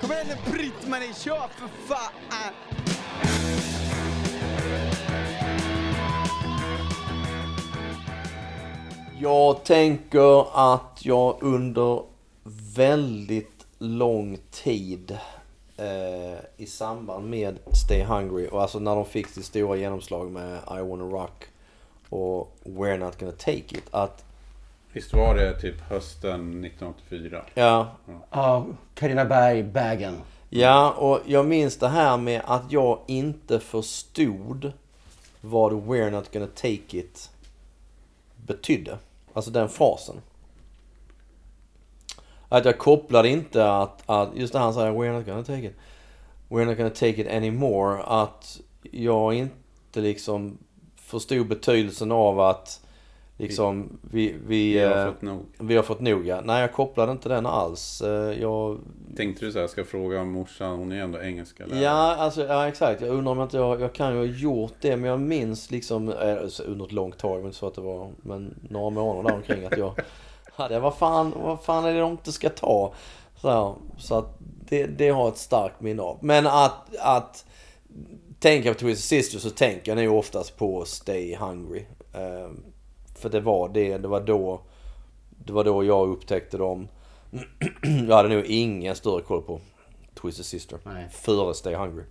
Kom igen nu Britt-Marie, kör för fan! Jag tänker att jag under väldigt lång tid i samband med Stay Hungry, och alltså när de fick sitt stora genomslag med I Wanna Rock och We're Not Gonna Take It, att visst var det typ hösten 1984? ja, Carina Berg, Bagen. ja, och jag minns det här med att jag inte förstod vad We're Not Gonna Take It betydde. Alltså den frasen. Att jag kopplade inte att just det han säger We're not gonna take it. We're not gonna take it anymore. Att jag inte liksom förstod betydelsen av att liksom vi har fått nog. Vi har fått nog, ja. Nej, jag kopplade inte den alls. Tänkte du så här, ska fråga morsan, hon är ändå engelska lärare. Ja, alltså, ja, exakt. Jag undrar om inte jag kan ju ha gjort det, men jag minns liksom under ett långt tag, men så att det var, men några månader där omkring att jag hade, vad fan är det de inte ska ta? Så att det har ett starkt minne av. Men att tänka på Twisted Sister, så tänker jag nu oftast på Stay Hungry. För det var då jag upptäckte dem. Jag hade nog ingen större koll på Twisted Sister. Nej. Före Stay Hungry.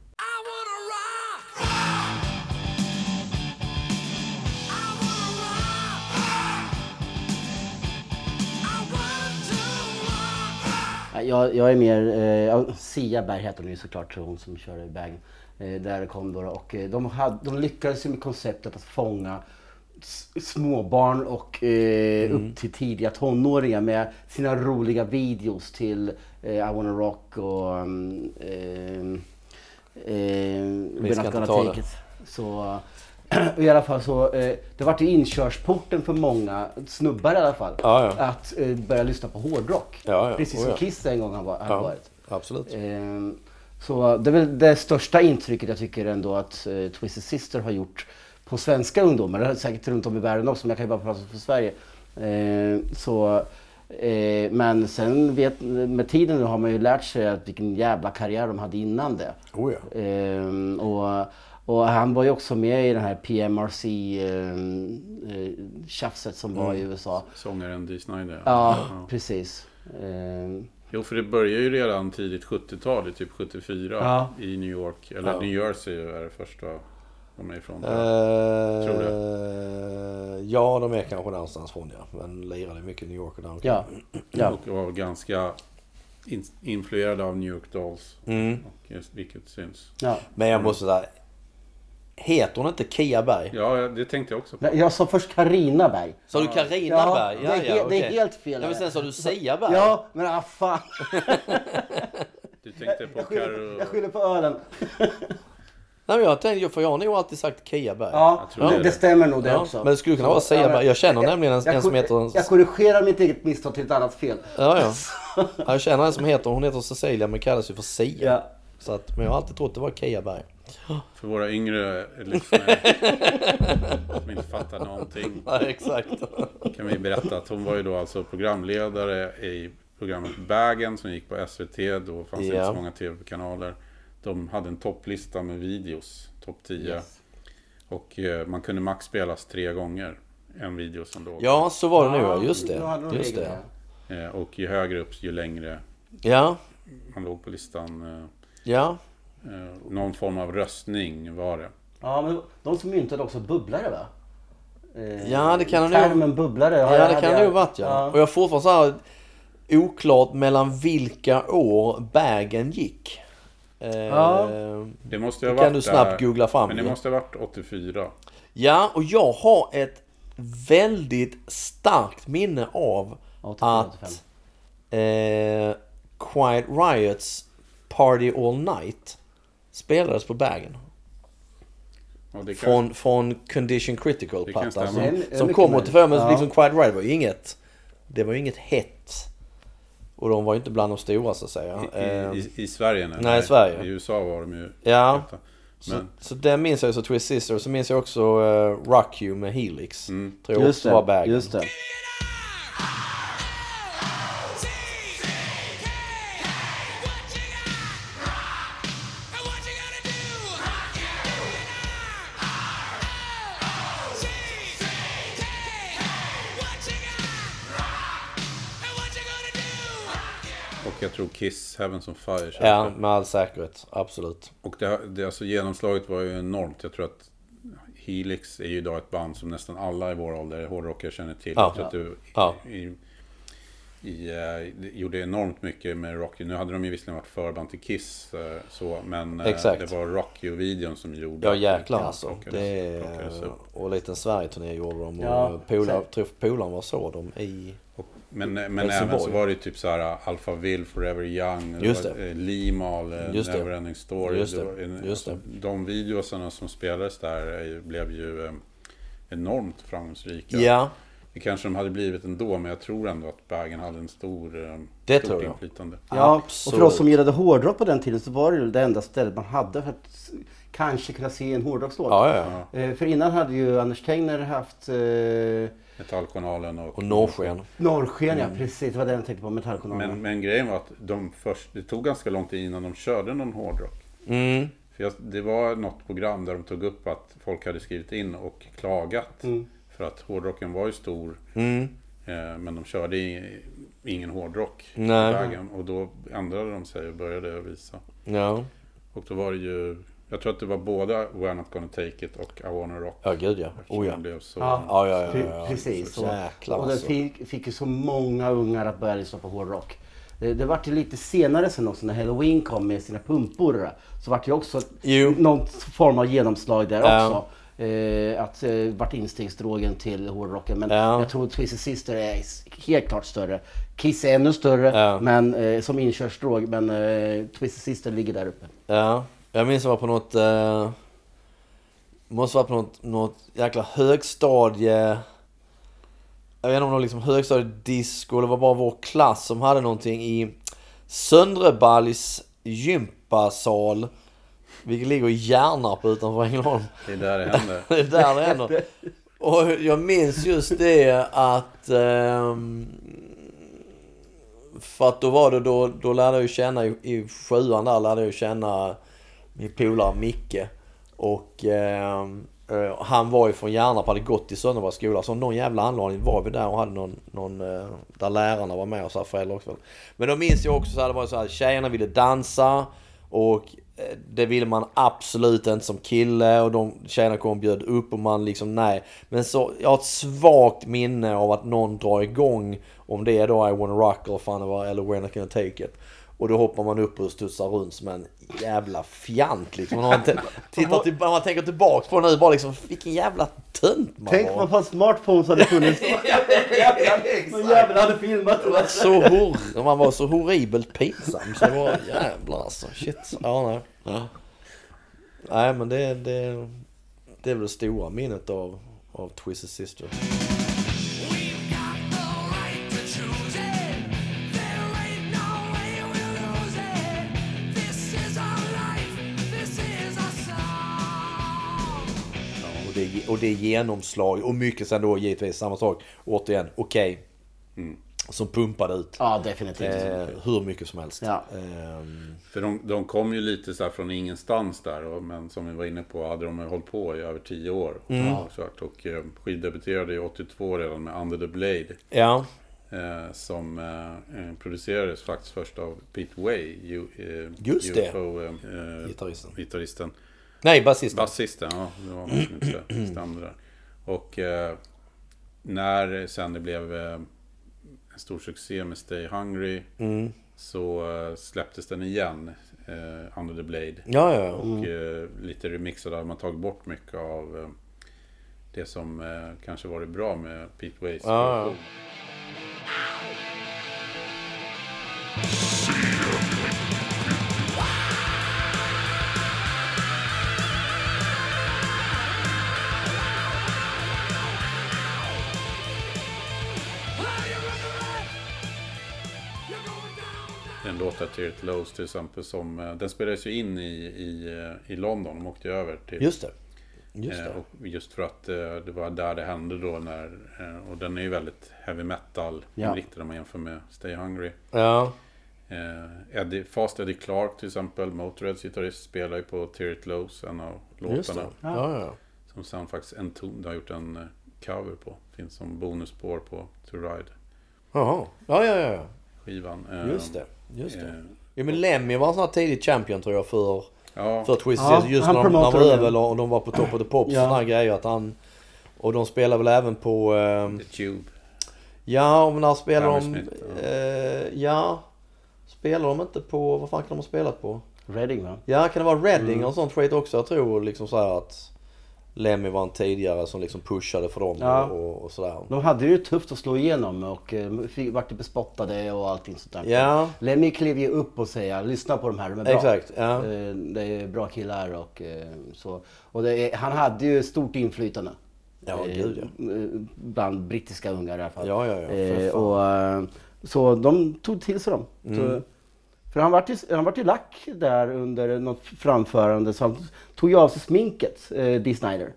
Jag är mer Sia Berg heter hon ju såklart, hon som kör i Bagen. Där kom då, och de lyckades med konceptet att fånga småbarn och upp till tidiga tonåringar med sina roliga videos till I Wanna Rock och We're Not Gonna Take It. Så i alla fall så det var ju inkörsporten för många snubbar i alla fall, att börja lyssna på hårdrock. Precis som Kiss en gång har varit. Absolut. Så det är väl det största intrycket jag tycker ändå att Twisted Sister har gjort på svenska ungdomar. Det är säkert runt om i världen också, men jag kan ju bara prata för Sverige. Men sen med tiden nu har man ju lärt sig att vilken jävla karriär de hade innan det. Och han var ju också med i den här PMRC tjafset som var i USA. Sångaren Dee Snider. Ja, precis. Jo, för det börjar ju redan tidigt 70-tal, typ 74 i New York. Eller New Jersey är det första de är ifrån. Tror du? Ja, de är kanske någonstans från, men lirade mycket i New York och där. Ja. Och var ganska influerad av New York Dolls. Och vilket syns. Ja. Men jag måste säga, heter hon inte Kia Berg? Ja, det tänkte jag också på. Jag sa först Carina Berg. Sa du Carina Berg? Det är helt fel. Ja, men sen sa du Sia Berg. Ja, men fan. Du tänkte på Karo. Jag skyller på ölen. Nej, men jag tänkte, för jag har nog alltid sagt Kia Berg. Ja, det stämmer nog det också. Men det skulle kunna vara Sia Berg. Jag känner nämligen en som heter... Jag korrigerar mitt eget misstag till ett annat fel. Ja. Jag känner en som hon heter Cecilia, men kallas ju för Sia. Ja. Så att, men jag har alltid trott det var Kia Berg. För våra yngre lyssnare som inte fattar någonting. Ja, exakt. Kan vi berätta att hon var ju då alltså programledare i programmet Bagen som gick på SVT. Då fanns det inte så många tv-kanaler. De hade en topplista med videos, topp 10. Yes. Och man kunde max spelas 3 gånger en video som låg. Ja, så var det nu, just det. Och ju högre upp, ju längre man låg på listan. Någon form av röstning var det. Ja, men de som myntade också bubblare, va? Ja, det kan termen bubblare. Ja, det kan nog varit, Och jag får fortfarande så här oklart mellan vilka år Bagen gick. Det måste ha kan varit du snabbt googla fram. Men det måste ha varit 84. Ja, och jag har ett väldigt starkt minne av 85. Att Quiet Riots Party All Night spelades på Bagen. Från Condition Critical-plattan som kom 85, men liksom Quiet Riot var ju inget hett. Och de var ju inte bland de stora, så att säga. I Sverige? Nej, i Sverige. I USA var de ju... Ja, så det minns jag ju, så Twist Sister. Så minns jag också Rock You med Helix. Tror jag just också var Bagen. Just det. Och jag tror Kiss, Heavens on Fire. Ja, med all säkerhet. Absolut. Och det alltså, genomslaget var ju enormt. Jag tror att Helix är ju idag ett band som nästan alla i vår ålder hårdrockare känner till. Ja. Jag tror att du gjorde enormt mycket med Rocky. Nu hade de ju visserligen varit förband till Kiss, men det var Rocky-videon som gjorde. Ja, jäklar alltså. Och en liten Sverige-turné gjorde de. Och Polarn var så de i... Men även så var det typ så här Alphaville, Forever Young, Limal, Neverending Story. De videosarna som spelades där blev ju enormt framgångsrika. Ja. Det kanske de hade blivit ändå, men jag tror ändå att Bagen hade en stort inflytande. Ja, och för oss som gillade hårdrock på den tiden så var det enda stället man hade för att kanske kunna se en hårdrockslåt. Ja. För innan hade ju Anders Tegner haft... Metallkanalen och Norrsken. Norrsken, ja precis. Det var det jag tänkte på, Metallkanalen. Men grejen var att det tog ganska lång tid innan de körde någon hårdrock. För det var något program där de tog upp att folk hade skrivit in och klagat. För att hårdrocken var ju stor. Men de körde ingen hårdrock i vägen. Och då ändrade de sig och började visa. Ja. Och då var det ju... Jag tror att det var båda We're Not Gonna Take It och I Wanna Rock. Ja, gud ja. Blev så... Ja. Precis. Jäklar, och det fick ju så många ungar att börja lyssna på hårdrock. Det var ju lite senare sen också när Halloween kom med sina pumpor. Så var det ju också någon form av genomslag där också. Att vart instegsdrogen till hårdrocken. Men jag tror Twisted Sister är helt klart större. Kiss är ännu större men som inkörsdrog. Men Twisted Sister ligger där uppe. Ja. Jag minns att jag var på något måste vara på något jäkla högstadie. Jag vet inte om det var liksom högstadiedisco eller var bara vår klass som hade någonting i Söndreballs gympasal, vilket ligger i Järnarp utanför Ängelholm. Det är där det händer. Det är där det händer. Och jag minns just det att för att då var det då lärde jag ju känna i 7:an där lärde jag känna min polare Micke och han var ju från Järnarp, hade gått i Sönderbergs skola, så någon jävla anledning var vi där och hade någon där lärarna var med och så här föräldrar också. Men då minns jag också så här, det var så här, tjejerna ville dansa och det ville man absolut inte som kille och de tjejerna kom och bjöd upp och man liksom nej. Men så jag har ett svagt minne av att någon drar igång om det är då I Wanna Rock eller fan det var eller We're Not Gonna Take It. Och då hoppar man upp och studsar runt som en jävla fjant liksom. Man tänker tillbaka på nu bara liksom vilken jävla tönt man Tänk man på en smartphone så hade funnits. Någon jävel hade filmat. Man var så horribelt pinsam så det var jävlar alltså. Shit. Ja, nej. Nej men det är väl det stora minnet av Twisted Sister. Och det är genomslag och mycket sen då givetvis samma sak. Återigen, okej. Som pumpade ut. Ja, definitivt. Hur mycket som helst. Ja. För de kom ju lite så här från ingenstans där. Men som vi var inne på hade de hållit på i över 10 år. Och skivdebuterade i 82 redan med Under the Blade. Ja. Som producerades faktiskt först av Pete Way. Just UFO, det. Gitarristen. Nej, basisten, ja. Det var inte stämde där. Och när sen det blev en stor succé med Stay Hungry så släpptes den igen, Under the Blade. Ja. Och lite remixade hade man tagit bort mycket av det som kanske var det bra med Pete Ways. Ja. En låt av Tear Lows till exempel som den spelades ju in i London. De åkte över till. Just det. Och just för att det var där det hände då när och den är ju väldigt heavy metal inriktad om man jämför med Stay Hungry. Ja. Eddie Clark till exempel, Motörheads gitarrist, spelar ju på Tear It Lows, en av låtarna. Ja. Som sen faktiskt Entombed har gjort en cover på. Finns som bonusspår på To Ride. Jaha. Ja. Skivan. Just det. Just det. Ja, men Lemmy var en sån här tidig champion tror jag för Twisted Sister. Just han när de var det. över och de var på Top of the Pops och såna här grejer. Att han, och de spelar väl även på... The Tube. Ja, och när spelar de... Hammersmith, spelar de inte på... Vad fan kan de ha spelat på? Reading, va? Ja, kan det vara Reading och sånt skit också? Jag tror liksom så här att Lemmy var en tidigare som liksom pushade för dem och sådär. De hade ju tufft att slå igenom och vart bespottade och allting sånt där. Ja. Lemmy klev ju upp och säger, lyssna på de här, de är bra. Exakt, ja. Det är bra killar och så. Och han hade ju stort inflytande. Ja, gud ja. Bland brittiska ungar i alla fall. Ja. Så de tog till sig dem. Så, för han var ju lack där under något framförande, så han tog ju av sig sminket, Dee Snider.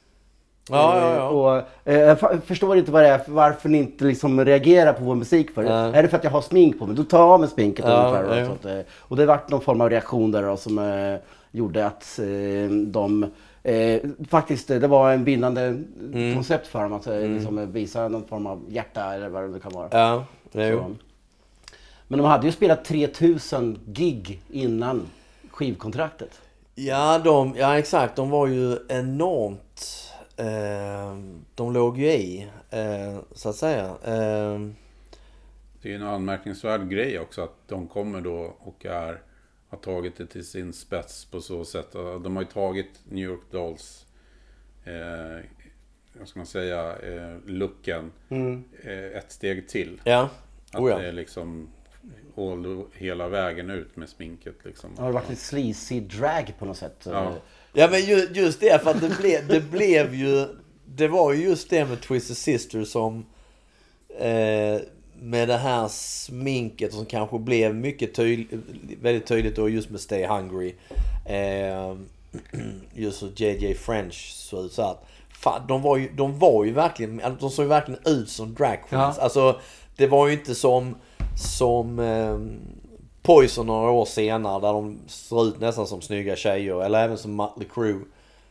Och jag förstår inte vad det är, varför ni inte liksom reagerar på vår musik för det. Är det för att jag har smink på mig? Då tar jag av mig sminket ungefär. Och det vart någon form av reaktion där som gjorde att de faktiskt, det var en bindande koncept för dem att liksom visa någon form av hjärta eller vad det kan vara. Ja, det är ju. Men de hade ju spelat 3000 gig innan skivkontraktet. Ja, exakt. De var ju enormt... de låg ju i, så att säga. Det är ju en anmärkningsvärd grej också att de kommer då och har tagit det till sin spets på så sätt. De har ju tagit New York Dolls vad ska man säga, looken ett steg till. Ja. Att det är liksom hela vägen ut med sminket liksom. Det har varit lite sleazy drag på något sätt. Ja, men just det, för att det blev ju... Det var ju just det med Twisted Sister som... med det här sminket som kanske blev väldigt tydligt då just med Stay Hungry. Just så JJ French så ut så att... Fan, de var ju verkligen... De såg ju verkligen ut som drag queens. Ja. Alltså, det var ju inte som Poison några år senare där de ser ut nästan som snygga tjejer eller även som Mötley Crüe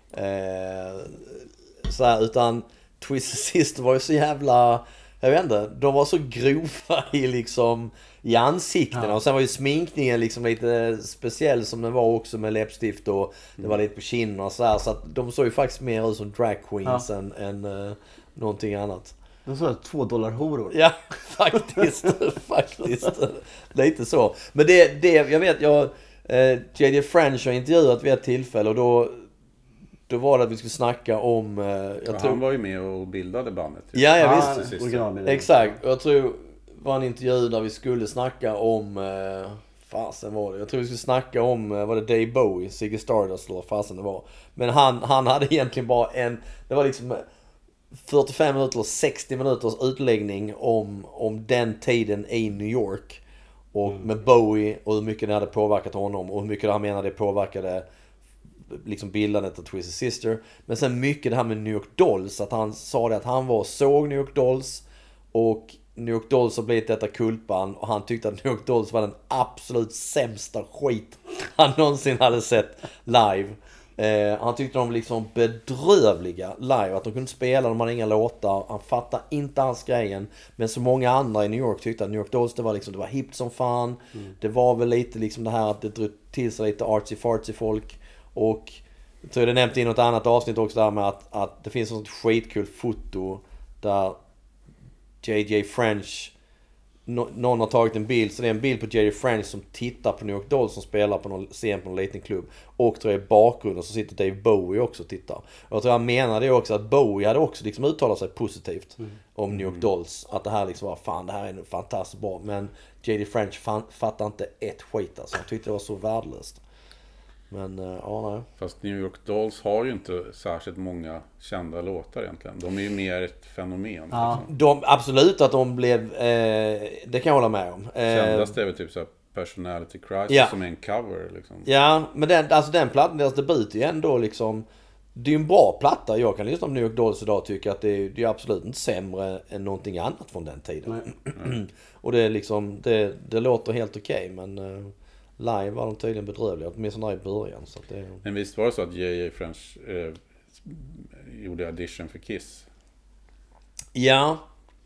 så här, utan Twisted Sister var ju så jävla, jag vet inte, de var så grova i ansikten och sen var ju sminkningen liksom lite speciell som den var också med läppstift och det var lite på kinden och så här, så att de såg ju faktiskt mer ut som drag queens än någonting annat. De sa $2 Ja, faktiskt. Lite så. Men det jag vet, JJ French har intervjuat vid ett tillfälle och då var det att vi skulle snacka om... Han var ju med och bildade bandet. Ja, visst. Exakt. Jag tror det var en intervju där vi skulle snacka om... fasen var det. Jag tror vi skulle snacka om... var det Dave Bowie, Ziggy Stardust eller fasen det var. Men han hade egentligen bara det var liksom... 45 minuter och 60 minuters utläggning om den tiden i New York och med Bowie och hur mycket det hade påverkat honom och hur mycket han menade det påverkade liksom bildandet av Twisted Sister. Men sen mycket det här med New York Dolls, att han sa det att han såg New York Dolls och New York Dolls har blivit detta kultband och han tyckte att New York Dolls var den absolut sämsta skit han någonsin hade sett live. Han tyckte de liksom bedrövliga live, att de kunde spela, de hade inga låtar, han fattade inte alls grejen, men så många andra i New York tyckte att New York Dolls det var hippt som fan, det var väl lite liksom det här att det drog till sig lite artsy-fartsy folk och jag tror det nämnde i något annat avsnitt också där med att det finns ett sånt skitkul foto där JJ French någon har tagit en bild, så det är en bild på Jerry French som tittar på New York Dolls som spelar på någon scen på någon liten klubb och tror jag i bakgrunden så sitter Dave Bowie också och tittar. Och jag tror han menade också att Bowie hade också liksom uttalat sig positivt om New York Dolls, att det här liksom var fan, det här är fantastiskt bra, men Jerry French fattar inte ett skit alltså. Han tyckte det var så värdelöst. Men nej. Fast New York Dolls har ju inte särskilt många kända låtar egentligen. De är ju mer ett fenomen. Ja. Liksom. Absolut att de blev, det kan jag hålla med om. Kändast är väl typ så här Personality Crisis som är en cover liksom. Ja, men den plattan, deras debut är ju ändå liksom, det är ju en bra platta. Jag kan lyssna på New York Dolls idag och tycka att det är absolut inte sämre än någonting annat från den tiden. Och det är liksom, det låter helt okej, men live var de tydligen bedrövliga, åtminstone i början. Så att det... Men visst var det så att J.J. French gjorde audition för Kiss? Ja,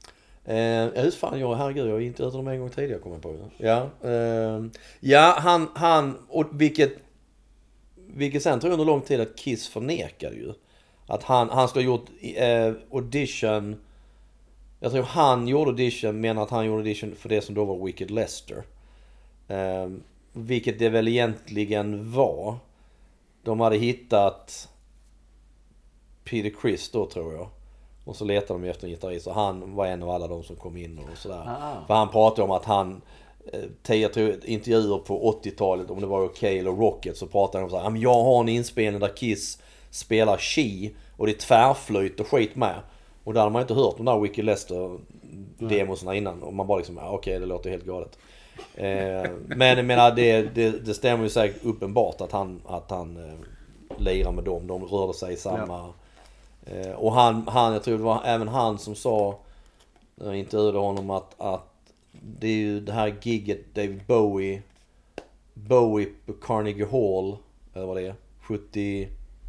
Just fan, herregud, jag har inte hört dem en gång tidigare, kommer jag på. Ja, han och vilket sen tror jag under lång tid att Kiss förnekade ju. Att han skulle ha gjort audition. Jag tror han gjorde audition, men att han gjorde audition för det som då var Wicked Lester. Vilket det väl egentligen var. De hade hittat Peter Criss då, tror jag. Och så letade de efter en gitarrist. Och han var en av alla de som kom in och sådär. För han pratade om att han... intervjuer på 80-talet, om det var Okej eller Rocket, så pratade han om såhär: jag har en inspelning där Kiss spelar She och det är tvärflöjt och skit med. Och där hade man inte hört de där Wicked Lester demosarna innan. Och man bara liksom, okej, det låter helt galet. Men jag menar, det stämmer ju säkert uppenbart att han lirar med dem. De rörde sig i samma... Och jag tror det var även han som sa, jag intervjuade honom, att det är ju det här gigget David Bowie på Carnegie Hall, eller vad det är, 71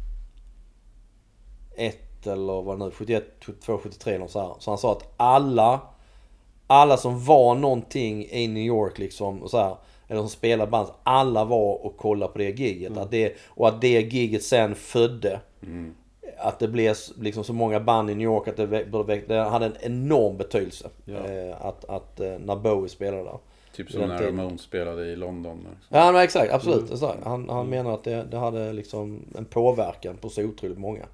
eller vad det nu, 71, 72, 73 något så här. Så han sa att alla som var någonting i New York liksom, och så här, eller som spelade band, alla var och kollade på det gigget. Att det gigget sen födde att det blev liksom så många band i New York att det hade en enorm betydelse. Att när Bowie spelade där. Typ som när Ramones spelade i London. Liksom. Ja, men exakt, absolut. Han menar att det hade liksom en påverkan på så otroligt många.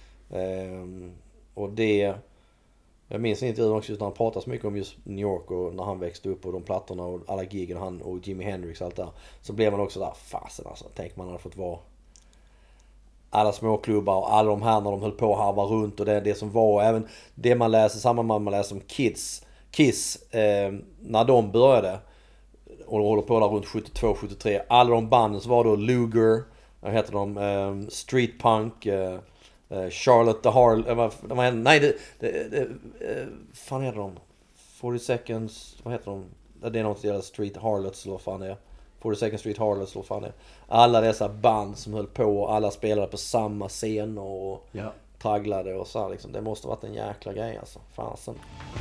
Och det... Jag minns inte också när han pratade så mycket om just New York och när han växte upp och de plattorna och alla giggen, han och Jimi Hendrix och allt där. Så blev man också där, fasen alltså. Tänk man hade fått vara alla småklubbar och alla de här när de höll på att harva runt och det som var. Även det man läser, samma man läser om Kiss när de började och de håller på där runt 72-73. Alla de banden som var då Luger, vad heter de, Street Punk, Charlotte the Harlot, nej fan heter de? 40 Seconds, vad heter de? Det är något som heter Street Harlots eller vad fan det är. 42nd Street Harlots eller vad fan det är. Alla dessa band som höll på, alla spelade på samma scen och tragglade och så här, liksom. Det måste varit en jäkla grej alltså. Fasen.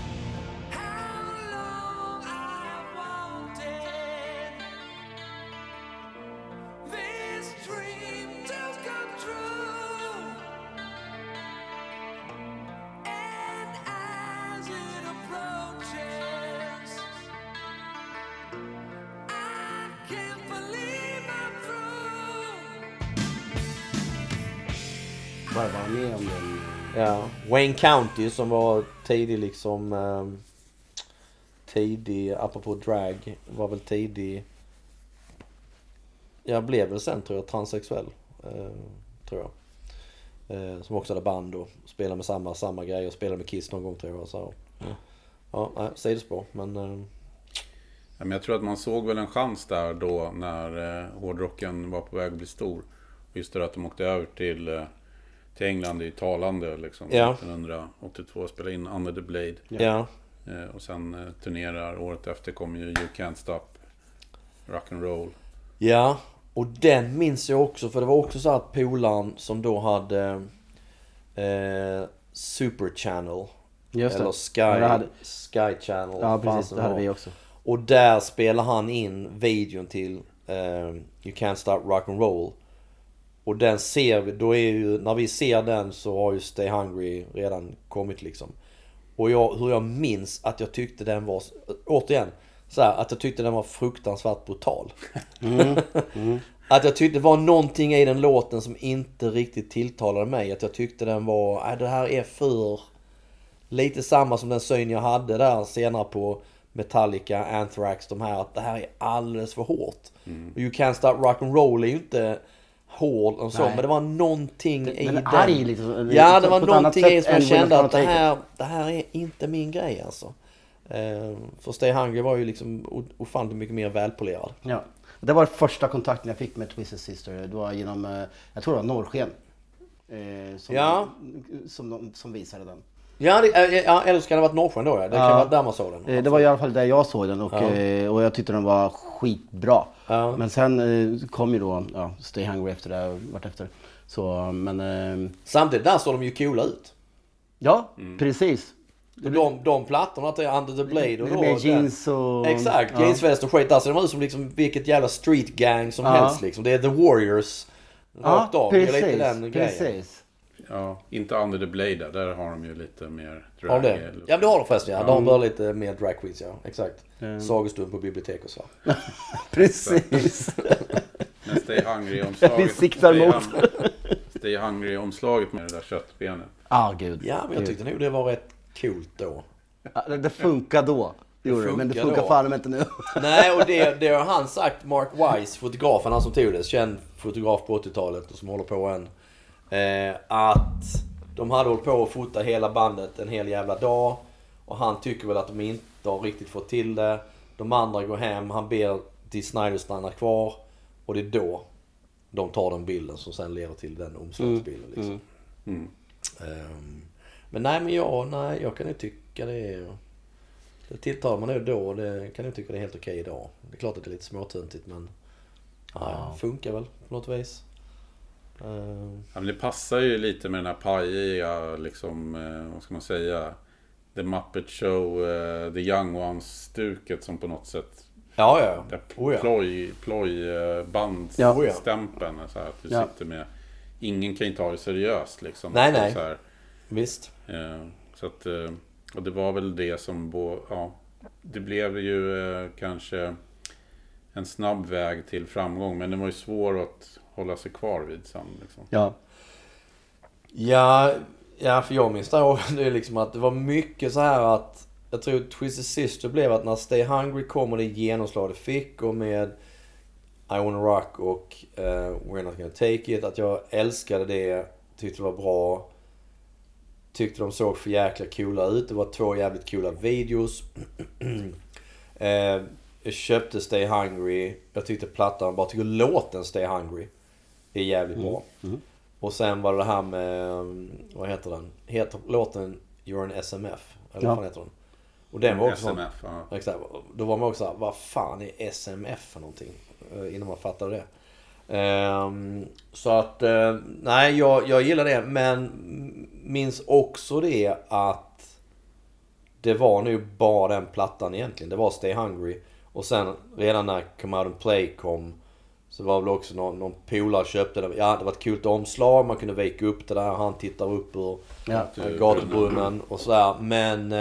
Bara med om den. Ja, Wayne County som var tidig liksom apropå drag, var väl tidig. Jag blev väl sen tror jag transsexuell, tror jag. Som också hade band och spelade med samma grej och spelade med Kiss någon gång tror jag. Så sidospår, men ja, men jag tror att man såg väl en chans där då när hårdrocken var på väg att bli stor. Just det att de åkte över till England i talande liksom, 1982 spelade in Under the Blade. Och sen turnerar året efter kom ju You Can't Stop Rock and Roll. Ja, och den minns jag också, för det var också så att polaren som då hade Super Channel eller Sky Channel. Ja, precis, det hade vi också. Och där spelar han in videon till You Can't Stop Rock and Roll. Och den ser vi, då är ju, när vi ser den så har ju Stay Hungry redan kommit liksom. Och hur jag minns att jag tyckte den var, återigen, så här, att jag tyckte den var fruktansvärt brutal. Att jag tyckte det var någonting i den låten som inte riktigt tilltalade mig. Att jag tyckte den var, det här är för lite samma som den syn jag hade där senare på Metallica, Anthrax, de här, att det här är alldeles för hårt. Och You Can't Stop Rock and Roll är ju inte hård och så, men det var någonting i den. Arg liksom. Ja, det var någonting i som jag kände att det här är inte min grej alltså. För Stay Hungry var ju liksom ofantligt mycket mer välpolerad. Ja, det var första kontakten jag fick med Twisted Sister. Det var genom, jag tror det var Norrsken. Som visade den. Ja, eller så kan det ha varit Norrsken då. Det kan vara där man såg den. Det var i alla fall där jag såg den och jag tyckte den var skitbra. Ja. Men sen kom ju då Stay Hungry efter det vartefter. Så, men... Samtidigt där såg de ju coola ut. Ja, precis. De plattorna att det är Under the Blade och det då... med jeans och... Exakt, jeansväst och skit. Där ser de ut som liksom vilket jävla street gang som helst liksom. Det är The Warriors rakt av. Precis, det är lite den grejen. precis. Ja, inte Under the Blade där har de ju lite mer drag. Har det? Ja, det har de förresten, ja. De har lite mer drag queens, ja. Exakt. Sagostund på bibliotek och så. Precis. Men Stay Hungry-omslaget. Vi siktar mot. Stay Hungry-omslaget med det där köttbenet. Gud. Ja, men jag tyckte nog det var rätt coolt då. Ja, det funkar då. Men det funkar då. fan inte nu. Nej, och det har han sagt, Mark Wise, fotografen, han som tog det, känd fotograf på 80-talet och som håller på än. Att de hade hållit på att fota hela bandet en hel jävla dag. Och han tycker väl att de inte har riktigt fått till det. De andra går hem, han ber Dee Snider stanna kvar. Och det är då de tar den bilden som sen leder till den omslagsbilden liksom. Men jag kan ju tycka det tilltalar man nu då, det kan jag tycka det är helt okej idag. Det är klart att det är lite småtöntigt, men funkar väl på något vis. Ja, men det passar ju lite med den här pajiga liksom, vad ska man säga, The Muppet Show, The Young Ones-stuket som på något sätt plojbandstämpeln så här, att du sitter med, ingen kan ju ta det seriöst liksom. Nej. Så här. Visst. Så att, och det var väl det som det blev ju kanske en snabb väg till framgång, men det var ju svårt att hålla sig kvar vid sen liksom. Ja, för jag minns det är liksom att det var mycket så här att jag tror Twisted Sister blev att när Stay Hungry kom och det genomslag det fick och med I Wanna Rock och We're Not Gonna Take It, att jag älskade det, tyckte det var bra, tyckte de såg för jäkla coola ut. Det var 2 jävligt coola videos. Jag köpte Stay Hungry. Jag tyckte plattan, bara tycker låten Stay Hungry är jävligt bra. Och sen var det här med, vad heter den? Heter låten You're an SMF? Eller vad fan heter den? Och den var också SMF, exakt. Då var man också såhär, vad fan är SMF för någonting? Innan man fattade det. Så att, nej, jag gillar det. Men minns också det att det var nu bara den plattan egentligen. Det var Stay Hungry. Och sen redan när Come Out and Play kom, så var väl också någon polare köpte det. Ja, det var ett kul omslag. Man kunde vika upp det där. Han tittar upp ur gatubrunnen och sådär. Men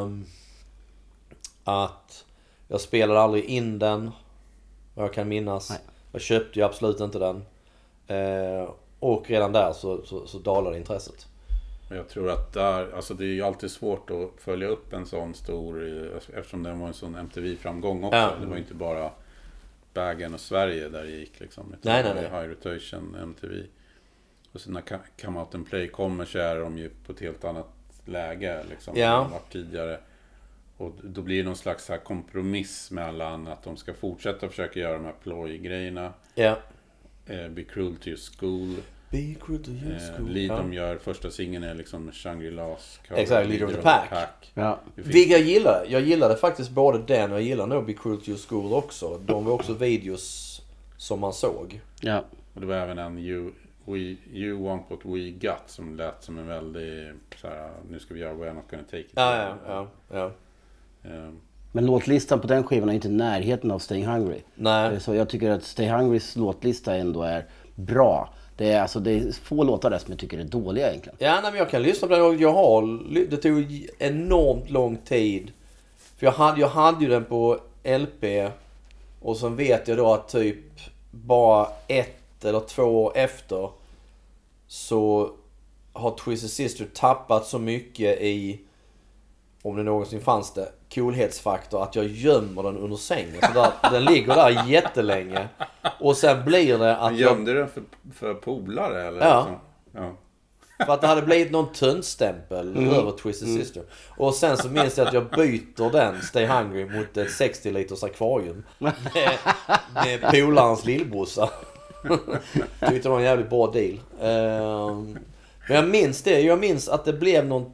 att jag spelade aldrig in den, vad jag kan minnas. Nej. Jag köpte ju absolut inte den. Och redan där så dalade intresset. Jag tror att alltså det är ju alltid svårt att följa upp en sån stor, eftersom det var en sån MTV-framgång också. Ja. Det var inte bara Bagen och Sverige där det gick liksom. Nej. High Rotation, MTV. Och sen när Come Out and Play kommer så är de ju på ett helt annat läge liksom. Ja. Än varit tidigare. Och då blir det någon slags här kompromiss mellan att de ska fortsätta försöka göra de här ploj-grejerna. Ja. Be Cruel to Your School. Be Cruel to Your School. De gör, första singeln är liksom Shangri-Las. Exakt, Leader of the Pack. Ja. Vilka jag gillade faktiskt både den och jag gillade nog Be Cruel to Your School också. De var också videos som man såg. Ja. Och det var även en You Want What We Got som lät som en väldigt såhär, nu ska vi göra We're Not Gonna Take It. Ja. Men låtlistan på den skivan är inte i närheten av Stay Hungry. Nej. Så jag tycker att Stay Hungrys låtlista ändå är bra. Det är få låtar där som jag tycker är dåliga egentligen. Ja, men jag kan lyssna på den. Det tog enormt lång tid. För jag hade ju den på LP. Och så vet jag då att typ bara 1 eller 2 år efter så har Twisted Sister tappat så mycket i, om det någonsin fanns det, coolhetsfaktor att jag gömmer den under sängen. Så den ligger där jättelänge. Och sen blir det att gömde den för polare eller? Ja. Ja. För att det hade blivit någon tunnstämpel över Twisted Sister. Och sen så minns jag att jag byter den Stay Hungry mot ett 60 liters akvarium med polarens lillbrorsa. Tyckte det var en jävligt bra deal. Men jag minns det. Jag minns att det blev någon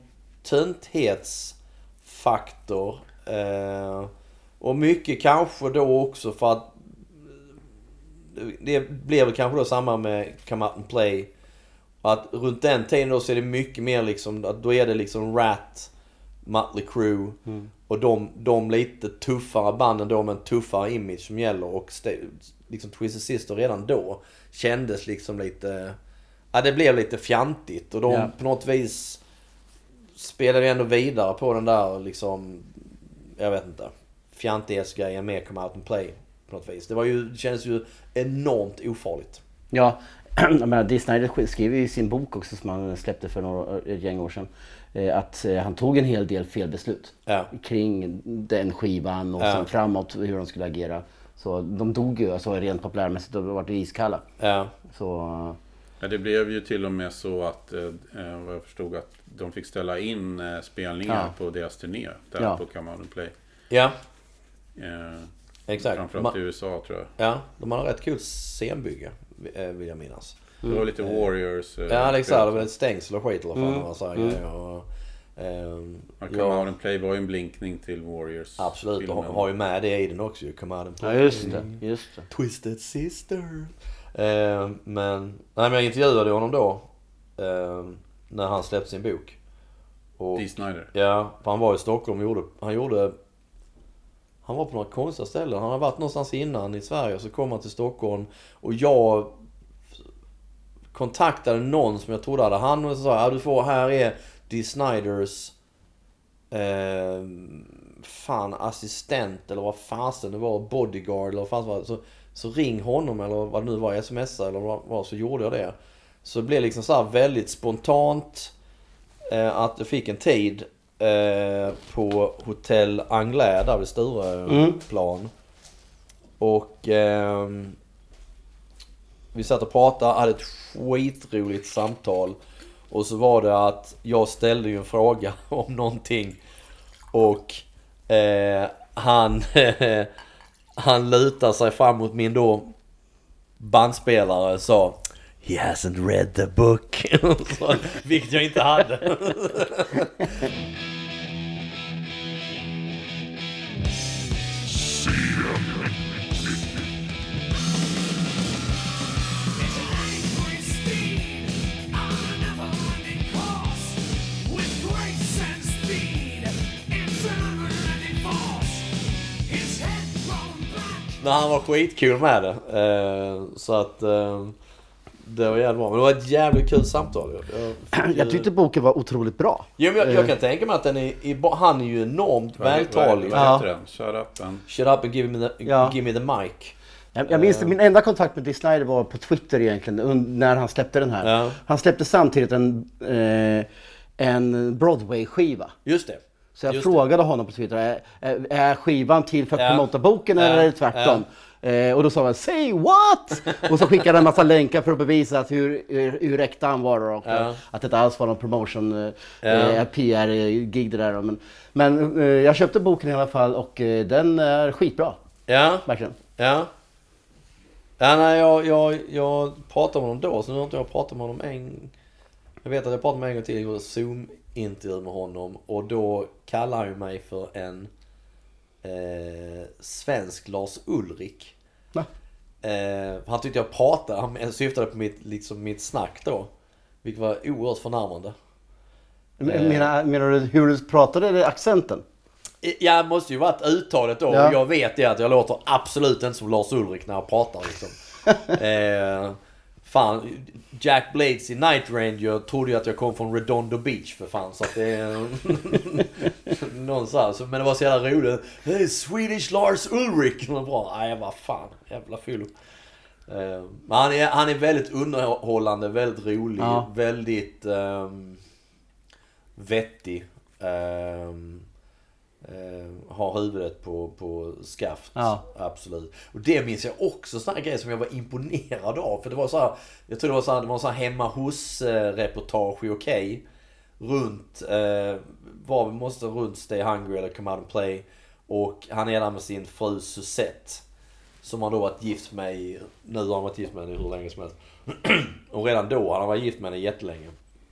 tönthetsfaktor. Och mycket kanske då också för att det blev väl kanske då samma med Come Out and Play. Att runt den tiden då så är det mycket mer liksom, att då är det liksom Rat Mötley Crüe och de lite tuffare banden då med en tuffare image som gäller och liksom Twisted Sister redan då kändes liksom lite, det blev lite fjantigt och de på något vis spelade ändå vidare på den där liksom, jag vet inte, fjantighetsgrejen med Come Out and Play på något vis. Det kändes ju enormt ofarligt. Ja, jag menar, Dee Snider skriver i sin bok också som han släppte för ett gäng år sedan att han tog en hel del felbeslut kring den skivan och sen framåt hur de skulle agera. Så de dog ju alltså rent populärmässigt och varit iskalla. Ja. Så... Ja, det blev ju till och med så att vad jag förstod att de fick ställa in spelningar på deras turné där på Come Out and Play. Ja. Exakt. Framförallt i USA tror jag. Ja, de har rätt kul scenbygge vill jag minnas. Det var lite Warriors. Ja, exakt. Det var ett stängsel och skit eller vad fan så här Come Out and Play var ju en blinkning till Warriors. Absolut, de har ju med det i den också. Come Out and Play. Ja, just det. Twisted Sister. Men jag intervjuade honom då när han släppte sin bok. Och, Dee Snider. Ja, för han var i Stockholm och han var på några konstiga ställen. Han har varit någonstans innan i Sverige, så kom han till Stockholm och jag kontaktade någon som jag trodde hade han och sa du får, här är Dee Sniders assistent eller vad fasen det var, bodyguard eller vad fan var det. Så ring honom eller vad det nu var, sms eller vad, så gjorde jag det. Så det blev liksom så här väldigt spontant att jag fick en tid på Hotell Anglais där vid Stureplan. Och vi satt och pratade, hade ett skitroligt samtal. Och så var det att jag ställde ju en fråga om någonting. Och han lutade sig fram mot min då bandspelare och sa "He hasn't read the book." Vilket jag inte hade. Men han var skitkul med det. Så att det var jävligt bra. Men det var ett jävligt kul samtal. Jag tyckte boken var otroligt bra. Jo, men jag kan tänka mig att han är ju enormt vältalig. Vad heter den? Shut up and give me the mic. Jag minns min enda kontakt med Dee Snider var på Twitter egentligen när han släppte den här. Ja. Han släppte samtidigt en Broadway-skiva. Just det. Så jag frågade honom på Twitter, är skivan till för att promota boken eller är det tvärtom? Och då sa han, say what? Och så skickade han en massa länkar för att bevisa att hur äkta han var och att det inte alls var någon promotion, PR-gig det där. Men jag köpte boken i alla fall och den är skitbra. Ja. Verkligen. Ja. Ja, nej, jag pratade med honom då, så nu har inte jag pratat med honom jag vet att jag pratade med en gång till, jag gjorde Zoom-intervju med honom och då kallar han mig för en svensk Lars Ulrik. Han tyckte jag pratade, han syftade på mitt snack då, vilket var oerhört förnärmande. Menar du hur du pratade eller accenten? Jag måste ju varit uttalet då och jag vet det att jag låter absolut inte som Lars Ulrik när jag pratar liksom. Fan, Jack Blades i Night Ranger trodde ju att jag kom från Redondo Beach för fan, så att det är någon så här, men det var så jävla roligt. Hey, Swedish Lars Ulrik. Och bra. Nej, jag bara fan, jävla fyllo. Han är väldigt underhållande, väldigt rolig, väldigt vettig. Har huvudet på skaft, absolut. Och det minns jag också, såna grejer som jag var imponerad av, för det var så här, jag tror det var så här hemma hos reportage okej. Runt var vi måste runt Stay Hungry eller Come Out and Play, och han är där med sin fru Suzette som han då varit gift med nu har han varit gift med henne hur länge som helst. Och redan då han var gift med henne jättelänge.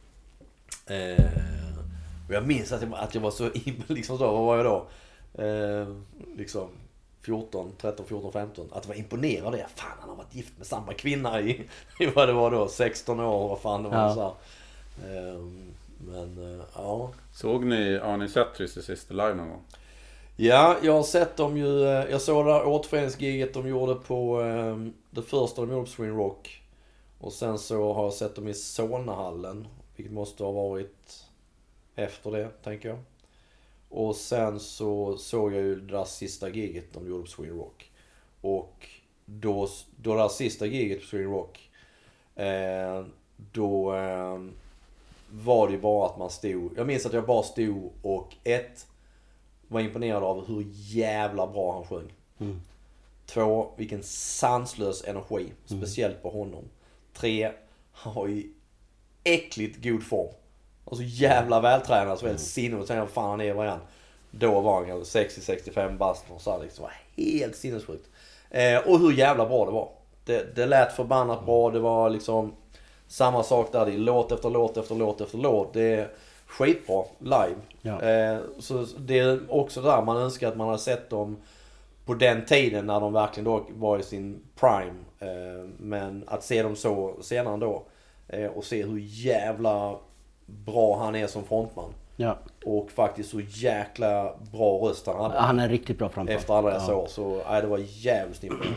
Och jag minns att jag var så liksom så, vad var jag då? Liksom 13, 14, 15. Att jag var imponerad av det. Fan, han har varit gift med samma kvinna i vad det var då, 16 år, vad fan det var så här. Men ja. Har ni sett Twisted Sister live någon gång? Ja, jag har sett dem ju. Jag såg det där återföreningsgiget de gjorde på det första de gjorde på Sweden Rock. Och sen så har jag sett dem i Solnahallen, vilket måste ha varit efter det, tänker jag. Och sen så såg jag ju det där sista giget de gjorde på Sweden Rock. Och då det där sista giget på Sweden Rock, då var det ju bara att man stod. Jag minns att jag bara stod och var imponerad av hur jävla bra han sjöng. 2, vilken sanslös energi, speciellt på honom. 3, han har ju äckligt god form. Alltså jävla vältränad, så väldigt sinne och tänka fan han är vad igen. Då var han 60-65 bast och så liksom var helt sinnessjukt. Och hur jävla bra det var. Det lät förbannat bra, det var liksom samma sak där, det är låt efter låt efter låt efter låt. Det är skitbra live. Ja. Så det är också där man önskar att man hade sett dem på den tiden när de verkligen då var i sin prime. Men att se dem så senare då och se hur jävla bra han är som frontman. Ja. Och faktiskt så jäkla bra röst han hade. Han är riktigt bra frontman. Efter alla dessa år. Så det var jävligt imponerande.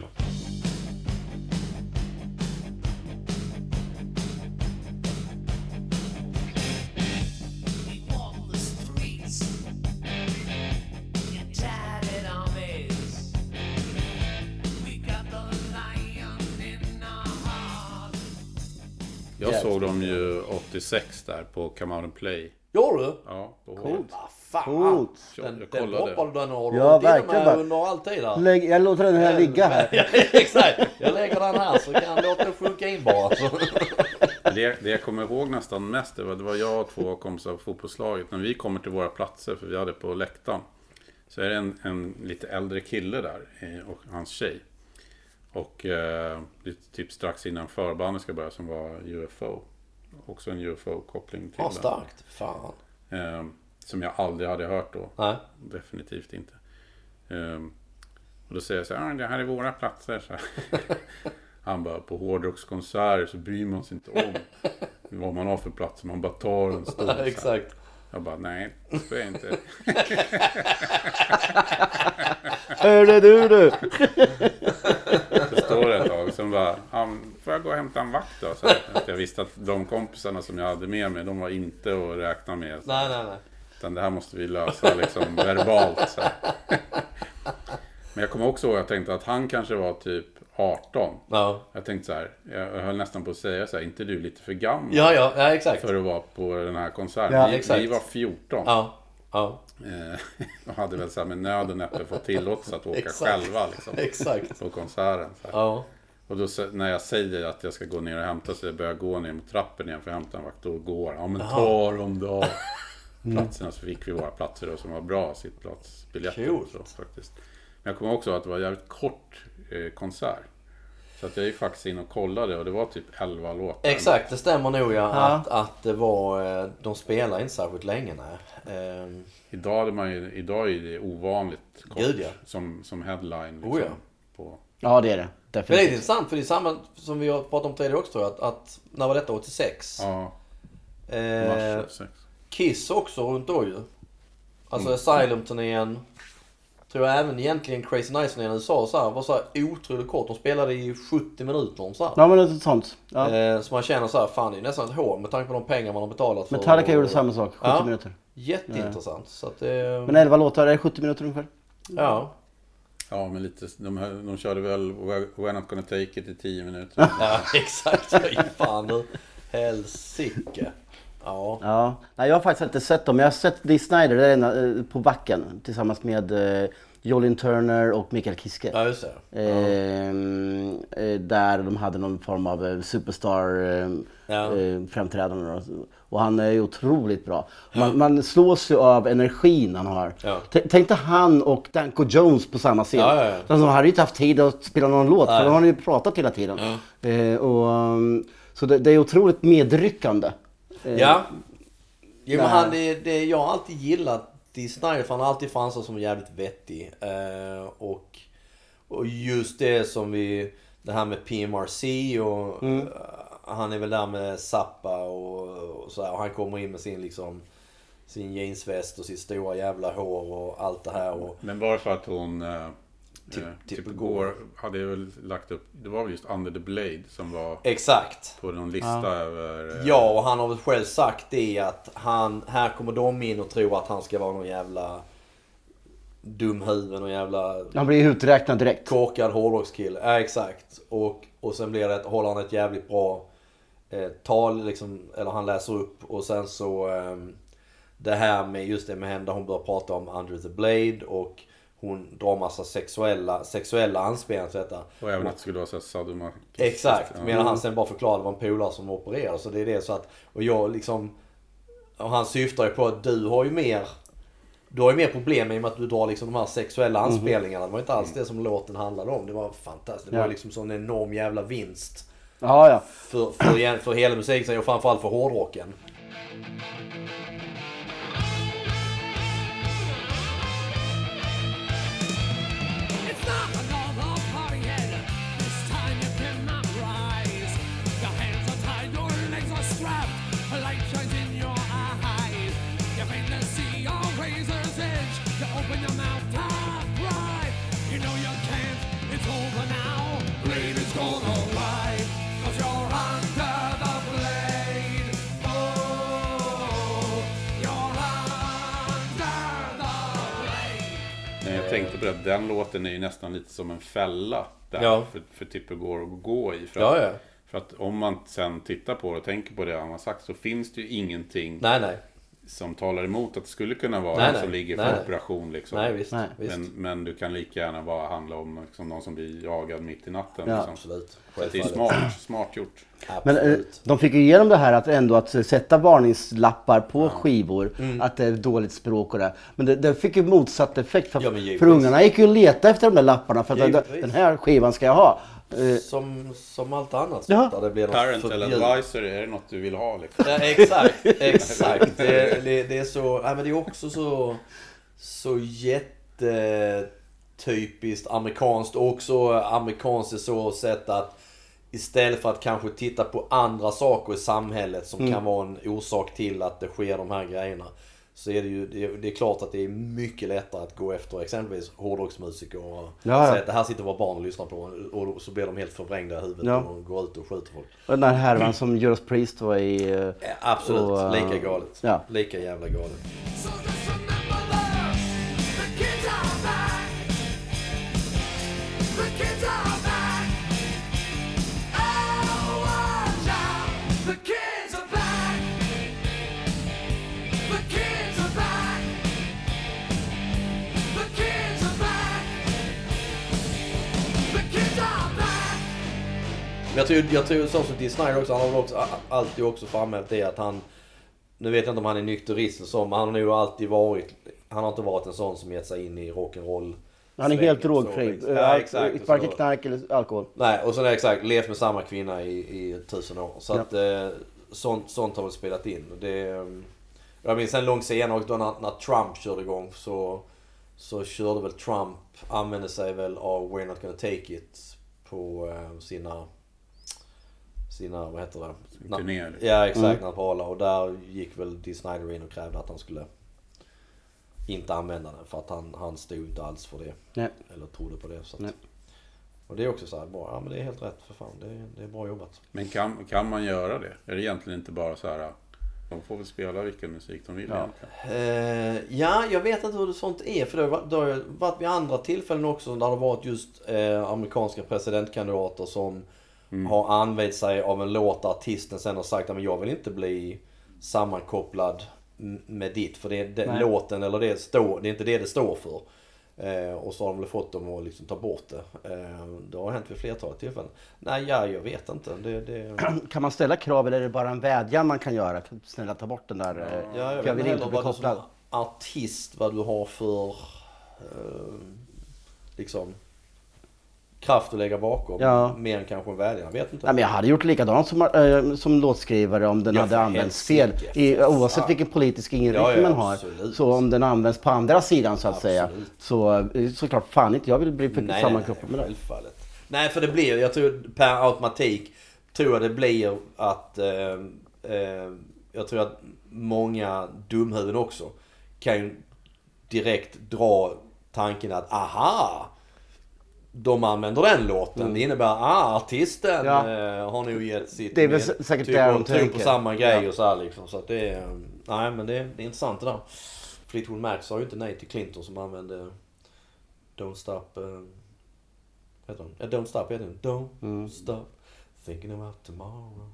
Jag såg dem ju 86 där på Come Out and Play. Gör du? Ja, på Coolt. Ah, fan. Coolt. Den Jag kollade. hoppade den och Ja, till och verkligen. med under all tid där. Jag låter den här ligga här. Ja, exakt. Jag lägger den här så kan jag låta den sjunka in bara. Så. Det jag kommer ihåg nästan mest, det var jag och 2 kompisar på fotbollslaget. När vi kommer till våra platser, för vi hade på läktaren, så är det en lite äldre kille där och hans tjej. Och typ strax innan förbandet ska börja, som var UFO. Också en UFO-koppling till Ja, starkt. Fan. som jag aldrig hade hört då. Nej. Definitivt inte. Och då säger jag så här, det här är våra platser. Så han bara, på hårdrockskonserter så bryr man sig inte om vad man har för plats. Man bara tar en stol. Ja, exakt. Jag bara, nej, det är inte. Hörde du? Så står det ett tag. Sen bara, får jag gå och hämta en vakt då? Så att jag visste att de kompisarna som jag hade med mig, de var inte att räkna med. Så. Nej. Utan det här måste vi lösa liksom verbalt. Så. Men jag kommer också ihåg, jag tänkte att han kanske var typ 18. Ja. Jag tänkte så här, jag höll nästan på att säga så här, inte du lite för gammal Ja, exakt. för att vara på den här konserten. Ja, exakt. Vi var 14. Ja. Och hade väl så här med nöden efter fått tillåtelse att åka Exakt. själva liksom, Exakt. på konserten. Så här. Ja. Och då när jag säger att jag ska gå ner och hämta, så jag börjar gå ner mot trappen igen för att hämta en vakt, då går ja men ta dem då. Platserna, så fick vi våra platser då, som var bra sittplatsbiljetter. Coolt. Så, faktiskt. Men jag kommer också ihåg att det var en jävligt kort konsert. Så att jag gick faktiskt in och kollade och det var typ 11 låtar. Exakt, det stämmer nog att det var, de spelar inte särskilt länge. Nej. Idag är det ovanligt kort. Gud, ja. som headline. Liksom, Oh, ja. på. Ja, det är det. Men det är Definitivt. intressant, för det är samma som vi har pratat om tidigare också, tror jag, att när var detta, 86? Ja, mars 86. Kiss också runt då ju. Alltså Asylum-turnén. Tror jag även egentligen Crazy Nights-turnén i USA så här, var så här otroligt kort. De spelade i 70 minuter så här. Ja, men det är sånt. Ja. Så man känner så här, fan det är nästan ett hål med tanke på de pengar man har betalat för. Metallica gjorde samma sak, 70 Ja. minuter. Jätteintressant. Så att Men 11 låtar, är 70 minuter ungefär? ja. Ja, men lite, de körde väl We're Not Gonna Take It i 10 minuter. Ja, exakt. Fy fan du. Helsike. Ja. Ja. Nej, jag har faktiskt inte sett dem. Jag har sett Dee Snider där på Wacken tillsammans med Jolin Turner och Mikael Kiske. Ja, just det. Där de hade någon form av superstar framträdande. Och han är ju otroligt bra. Man slås ju av energin han har. Ja. Tänk dig han och Danko Jones på samma scen. Ja. De hade ju inte haft tid att spela någon låt, Nej. för de har ju pratat hela tiden. Så det är otroligt medryckande. Ja. Jo, men han, jag har alltid gillat Dee Snider, för han har alltid framstått som jävligt vettig. Och just det som det här med PMRC och han är väl där med Zappa och så här, och han kommer in med sin jeansväst och sitt stora jävla hår och allt det här. Och men bara för att hon typ Gore hade ju väl lagt upp, det var väl just Under the Blade som var exakt. på någon lista över... Ja, och han har väl själv sagt det att här kommer de in och tror att han ska vara någon jävla dumhuvud, någon jävla... Han blir uträknad direkt. Korkad hårdrockskille. Ja, exakt. Och sen blir det, håller han ett jävligt bra tal liksom, eller han läser upp och sen så det här med just det med henne, hon börjar prata om Under the Blade och hon drar massa sexuella anspelningar till detta. Och även att det skulle vara så sadomasochistiskt. Exakt, medan han sen bara förklarade vad en polare som opererade. Så det är det så att, och jag liksom, och han syftar ju på att du har ju mer problem med att du drar liksom de här sexuella anspelningarna. Det var inte alls det som låten handlade om. Det var fantastiskt. Det var liksom sån enorm jävla vinst. Ja. För hela musiken och framförallt för hårdrocken. Jag tänkte på det, den låten är ju nästan lite som en fälla där för Tipper Gore att gå i. För att om man sen tittar på det och tänker på det han har sagt så finns det ju ingenting som talar emot att det skulle kunna vara en som ligger för operation liksom. Nej, visst. Men du kan lika gärna bara handla om liksom, någon som blir jagad mitt i natten. Ja. Liksom. Absolut. Så det är smart gjort. Men de fick ju igenom det här att sätta varningslappar på skivor. Att det är dåligt språk och det. Men det fick ju motsatt effekt. För ungarna gick ju och leta efter de där lapparna. För att den här skivan ska jag ha. Som allt annat. Ja. Där det blir Parental advisor, är det något du vill ha liksom? Ja, exakt. Det är så, men det är också så jättetypiskt amerikanskt och också amerikanskt så sätt att istället för att kanske titta på andra saker i samhället som kan vara en orsak till att det sker de här grejerna, så är det är klart att det är mycket lättare att gå efter exempelvis hårdrocksmusiker och säga att det här sitter våra barn och lyssnar på och så blir de helt förvrängda i huvudet och går ut och skjuter folk. Och den här härvan som Judas Priest var i... absolut, lika galet. Ja. Lika jävla galet. Jag tror så som Dee Snider också, han har också alltid också framhävt det att han, nu vet jag inte om han är nykterist och så, men han har nog alltid varit, han har inte varit en sån som gett sig in i rock'n'roll. Han är helt drogfri. Sparkar knark eller alkohol. Nej, och så är det exakt, levt med samma kvinna i 1000 år. Så att sånt har väl spelat in. Jag minns en lång senare då när Trump körde igång så körde väl Trump, använde sig väl av We're Not Gonna Take It på sina vad heter det? Turnéer. Ja, exakt, Napala. Och där gick väl Dee Snider in och krävde att han skulle inte använda den för att han stod inte alls för det. Nej. Eller trodde på det. Så att, och det är också så här, bara, men det är helt rätt för fan. Det är bra jobbat. Men kan man göra det? Är det egentligen inte bara så här, de får väl spela vilken musik de vill egentligen? Jag vet inte hur det sånt är. För det har varit vid andra tillfällen också där det har varit just amerikanska presidentkandidater som har använt sig av en låt där artisten sen har sagt att jag vill inte bli sammankopplad med ditt. För det låten eller det är inte det står för. Och så har de väl fått dem att liksom ta bort det. Det har hänt vid flertalet tillfällen. Nej, jag vet inte. Kan man ställa krav eller är det bara en vädjan man kan göra? Snälla ta bort den där. Jag vill inte bli kopplad. Artist, vad du har för liksom kraft att lägga bakom. Mer än kanske en vädjan. Jag vet inte. Nej, men jag hade gjort likadant som låtskrivare om den hade använts fel. Oavsett vilken politisk inriktning man har. Absolut. Så om den används på andra sidan så att säga. Såklart fan inte. Jag vill bli sammankopplad med det. Självfallet. Nej, för det blir, jag tror per automatik tror jag det blir att jag tror att många dumhuvuden också kan ju direkt dra tanken att aha, de använder den låten. Det innebär artisten har nog gett sitt det är väl säkert typ där och de tror på tänker. samma grej och så här liksom. Så att det är, nej men det är intressant det där. Fleetwood Mac sa ju inte nej till Clinton som använde Don't Stop heter den? Don't Stop heter den. Don't Stop Thinking About Tomorrow.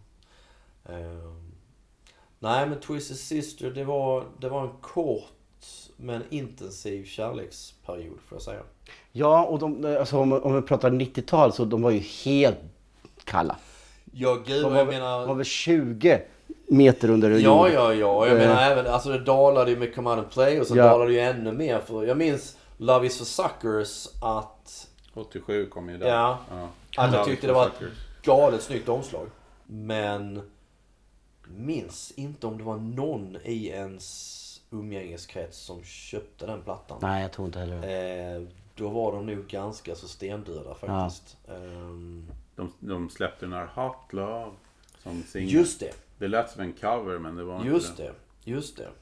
Nej men Twisted Sister det var en kort men intensiv kärleksperiod får jag säga. Ja, och om vi pratar 90-tal så de var ju helt kalla. Ja gud, De jag menar... var väl 20 meter under jord. Ja. Jag menar även, alltså det dalade ju med Come Out and Play och så dalade ju ännu mer. För jag minns Love Is For Suckers att... 87 kom ju där. Ja. Att jag tyckte det var ett galet snyggt omslag. Men minns inte om det var någon i ens umgängeskrets som köpte den plattan. Nej, jag tror inte heller. Då var de nog ganska så stendöda faktiskt. De släppte den här Hot Love som singel. Just det. Det lät som en cover men det var inte det. Just det.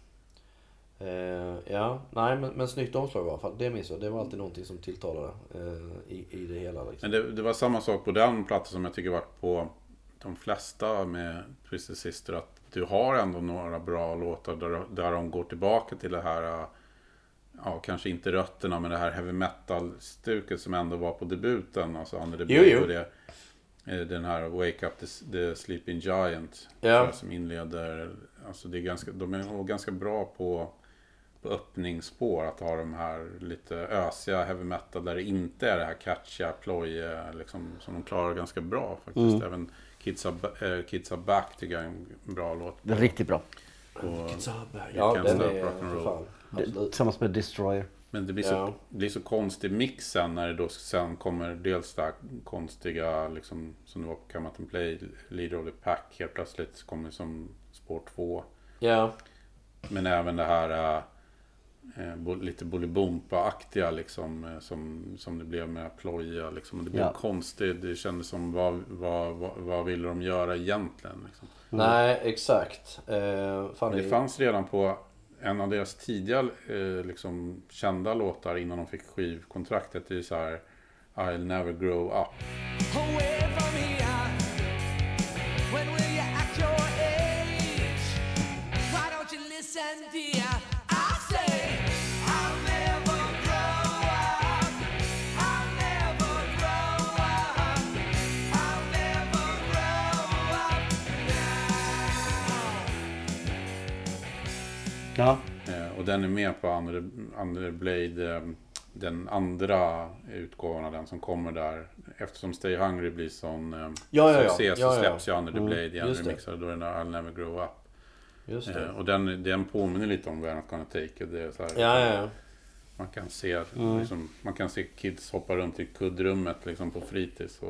Ja, nej men snyggt omslag i alla fall. Det minns jag. Det var alltid någonting som tilltalade i det hela. Liksom. Men det var samma sak på den plattan som jag tycker varit på de flesta med Twisted Sister. Att du har ändå några bra låtar där de går tillbaka till det här, kanske inte rötterna men det här heavy metal-stuket som ändå var på debuten. Alltså Under the Bay och det. Den här Wake Up the Sleeping Giant som inleder, alltså det är de är ganska bra på öppningsspår att ha de här lite ösiga heavy metal där det inte är det här catchiga ploje liksom, som de klarar ganska bra faktiskt. Även Kids Are Back tycker jag är en bra låt. Det är riktigt bra. Kids Are Back. Ja, den är fan. Tillsammans med Destroyer. Men det blir så konstig mix sen när det då sen kommer dels där konstiga liksom, som det var på Come Out and Play, Leader of the Pack helt plötsligt kommer som spår 2. Ja. Men även det här lite Bolibompa-aktiga liksom, som det blev med ploja liksom. Det blev konstigt, det kändes som vad ville de göra egentligen liksom. Nej, exakt. Det fanns redan på en av deras tidiga liksom, kända låtar innan de fick skivkontraktet. Det är så här I'll Never Grow Up. Ja. Och den är med på Under Blade, den andra utgåvan av den som kommer där. Eftersom Stay Hungry blir sån succé så släpps ju Under the Blade igen remixar. Då är den där I'll Never Grow Up. Just det. Och den påminner lite om We're Not Gonna Take It. Det är så här, Ja. Man kan se liksom, man kan se kids hoppa runt i kuddrummet liksom, på fritids.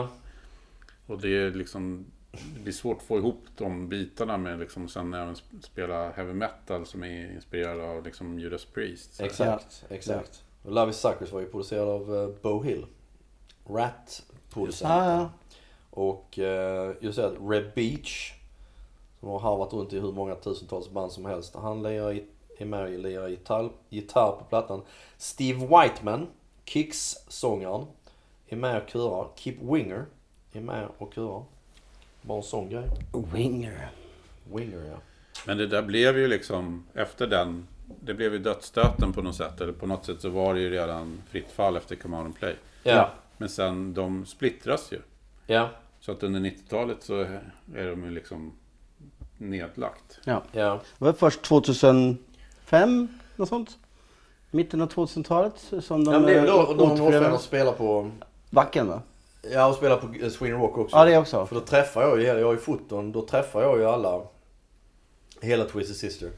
Och det är liksom... Det blir svårt att få ihop de bitarna med liksom, sen även spela heavy metal som är inspirerad av liksom, Judas Priest. Så. Exakt. Och Love Is Suckers var ju producerad av Bo Hill. Rat-producenten. Och just det, Reb Beach som har harvat runt i hur många tusentals band som helst. Han är med och lirar gitarr på plattan. Steve Whiteman, Kicks-sångaren, är med och kurar. Kip Winger är med och kurar. Bara en sån grej. Winger, ja. Men det där blev ju liksom, efter den, det blev ju dödsstöten på något sätt. Eller på något sätt så var det ju redan fritt fall efter Come On and Play. Ja. Men sen, de splittras ju. Ja. Så att under 90-talet så är de ju liksom nedlagt. Ja. Ja. Det var först 2005, något sånt. Mitten av 2000-talet som de det är då de spelar på... Backen va? Ja, och spelar på Sweden Rock också. Ja, det också. För då träffar jag är i foton, då träffar jag ju hela Twisted Sister.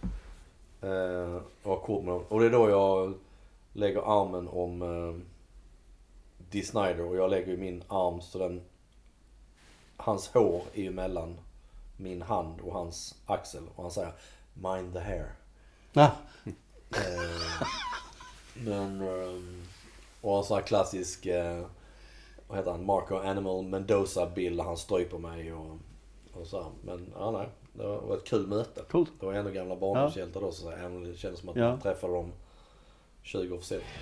Och kort med dem. Och det är då jag lägger armen om Dee Snider och jag lägger min arm så hans hår är ju mellan min hand och hans axel och han säger mind the hair. Ja. Och en sån här klassisk vad heter han? Marco Animal Mendoza bild där han stryper mig och Och så här. Men nej, det var ett kul möte. Coolt. Det var ändå gamla barndomshjältar då, så även om det kändes som att man träffade dem 20 år för sent.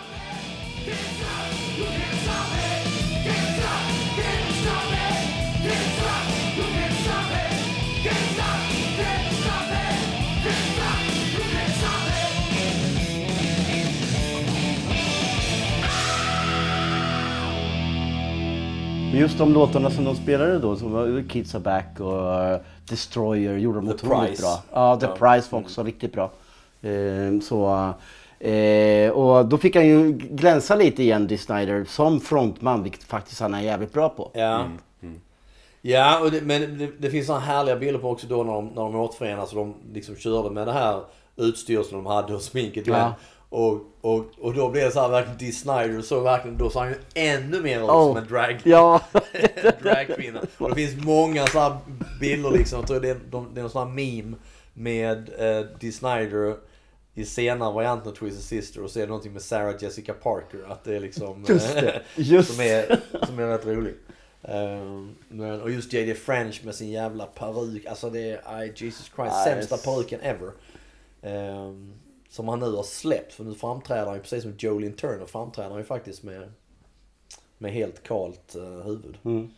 Just de låtarna som de spelade då, som var Kids Are Back och Destroyer, gjorde de otroligt bra. Ja, The Price var också riktigt bra. Och då fick han ju glänsa lite igen, Dee Snider, som frontman, vilket faktiskt han är jävligt bra på. Ja. Ja, men det finns såna härliga bilder på också då när de återförenas och de liksom körde med det här utstyrseln de hade och sminket igen. Och då blev det så här verkligen Dee Snider, så verkligen då så han ju ännu mer ut som en dragkvinna. Och det finns många så här bilder liksom, jag tror det är en sån här meme med Dee Snider i senare varianten av Twisted Sister, och så är det någonting med Sarah Jessica Parker, att det är liksom som är rätt roligt. Och just J.D. French med sin jävla peruk, alltså det är Jesus Christ, sämsta peruken ever. Som han nu har släppt, för nu framträder han ju precis som Jolene Turner, framträder han ju faktiskt med helt kalt huvud.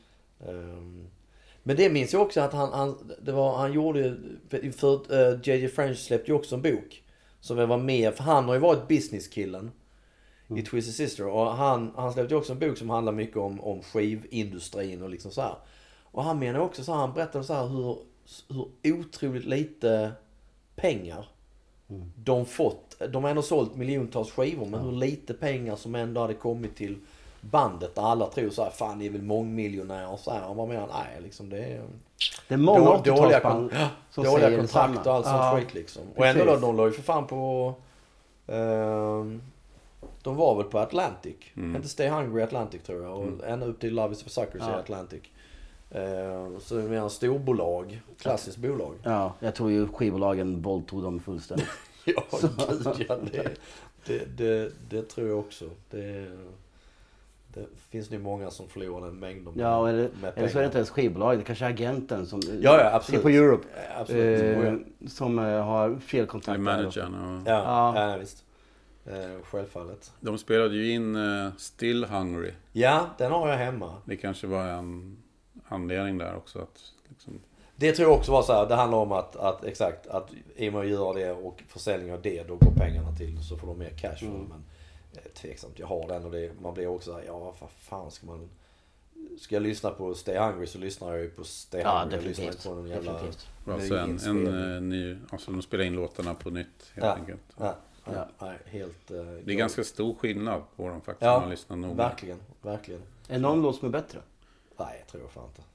Men det minns jag också att han gjorde, för J.J. French släppte ju också en bok som var med, för han har ju varit businesskillen i Twisted Sister, och han släppte ju också en bok som handlar mycket om skivindustrin och liksom så här. Och han menar också så här, han berättade så här hur otroligt lite pengar de fått. De har ändå sålt miljontals skivor, men hur lite pengar som ändå hade kommit till bandet, där alla tror så här, fan ni är väl mångmiljonärer och så här. Och vad menar han? Nej, liksom det är många 80-talsband som dåliga säger kontrakt och allt sånt skit liksom. Och ändå då, de låg ju för fan på de var väl på Atlantic. Inte Stay Hungry Atlantic tror jag, och ända upp till Love Is For Suckers i Atlantic. Så det är en storbolag, klassiskt bolag. Ja, jag tror ju skivbolagen våldtog dem fullständigt. Ja, gud, ja, det tror jag också. Det finns nu många som förlorar en mängd med pengar. Eller så är det inte ens skivbolag, det kanske är agenten som absolut. På Europe. Absolut. Som har fel kontakt. Managern. Ja, visst. Självfallet. De spelade ju in Still Hungry. Ja, den har jag hemma. Det kanske var en anledning där också att liksom... Det tror jag också var så här, det handlar om att exakt, att i och med att göra det och försäljning av det, då går pengarna till, så får de mer cash. Men tveksamt, jag har den, och man blir också så här, vad fan ska jag lyssna på Stay Hungry, så lyssnar jag ju på Stay Hungry. Jag lyssnar inte på någon jävla alltså en ny, alltså de spelar in låtarna på nytt helt enkelt. Nej, helt, det är ganska stor skillnad på dem faktiskt, om man lyssnar noga. Verkligen. Är någon låt som är bättre? Nej, jag tror fan inte.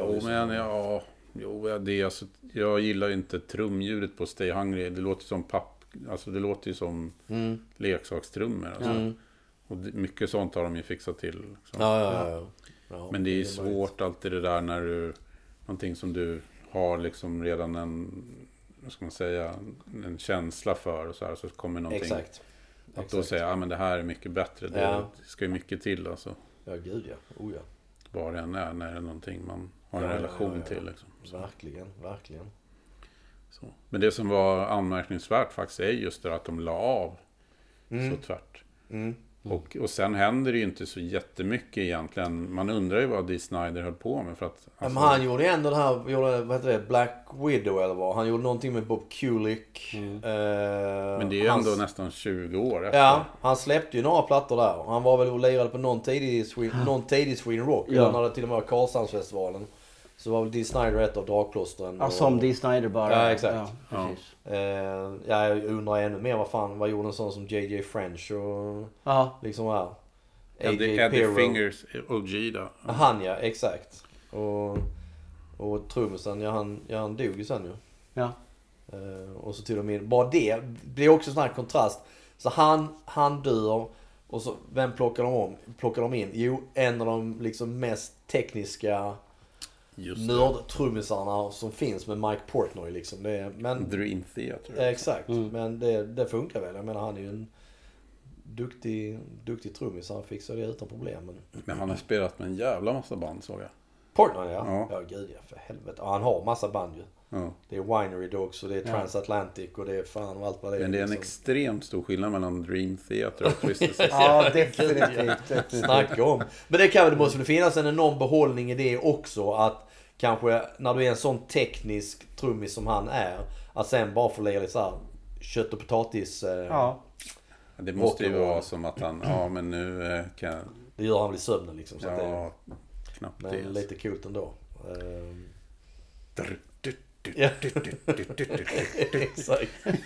Jag gillar ju inte trumljudet på Stay Hungry. Det låter som det låter ju som leksakstrummor alltså. Och mycket sånt har de ju fixat till liksom. Ja, men det är svårt alltid det där när du någonting som du har liksom redan en känsla för, och så här, så kommer någonting. Exakt. Då säga men det här är mycket bättre. Det ska ju mycket till alltså. Ja, gud ja. Oh, ja. Var det än är, när det är någonting man har en relation till liksom. Verkligen. Så. Men det som var anmärkningsvärt faktiskt är just det att de la av så tvärt. Och sen händer det ju inte så jättemycket egentligen. Man undrar ju vad Dee Snider höll på med, för att men han gjorde ändå det här, vad heter det, Black Widow eller vad. Han gjorde någonting med Bob Kulick. Men det är ju ändå nästan 20 år efter. Ja, han släppte ju några plattor där. Han var väl och lirade på någon tidig Sweden Rock. Eller när det till och med var Karlshamnsfestivalen. Så var väl Dee Snider ett av dragklostren. Ja, som Dee Snider bara. Ja, exakt. Ja, precis. Jag undrar ännu mer, vad gjorde en sån som J.J. French och liksom här. Eddie Fingers OG då. Han, ja, exakt. Och trummisen, han dog ju sen ju. Ja. Och så till och med, bara det blir också en sån här kontrast. Så han dör, och så vem plockar de in? Jo, en av de liksom mest tekniska nördtrummisarna som finns, med Mike Portnoy liksom. Dream Theater. Exakt, men det funkar väl. Jag menar, han är ju en duktig trummis, han fixar det utan problem. Men han har spelat med en jävla massa band, såg jag. Portnoy, ja. Ja. Ja, gud ja, för helvete. Ja, han har massa band ju. Ja. Det är Winery Dogs och det är Transatlantic och det är fan och allt vad det är. Men det är en liksom. extremt stor skillnad mellan Dream Theater och Twisted Sister. Ja, definitivt. Snacka om. Men det måste väl finnas en enorm behållning i det också. Att kanske när du är en sån teknisk trummis som han är. Att sen bara få lägga lite så här kött och potatis. Ja. Det måste ju vara som att han, men nu kan... Det gör han väl i sömnen liksom. Så att det, Ja, knappt men det. lite coolt ändå. Exakt.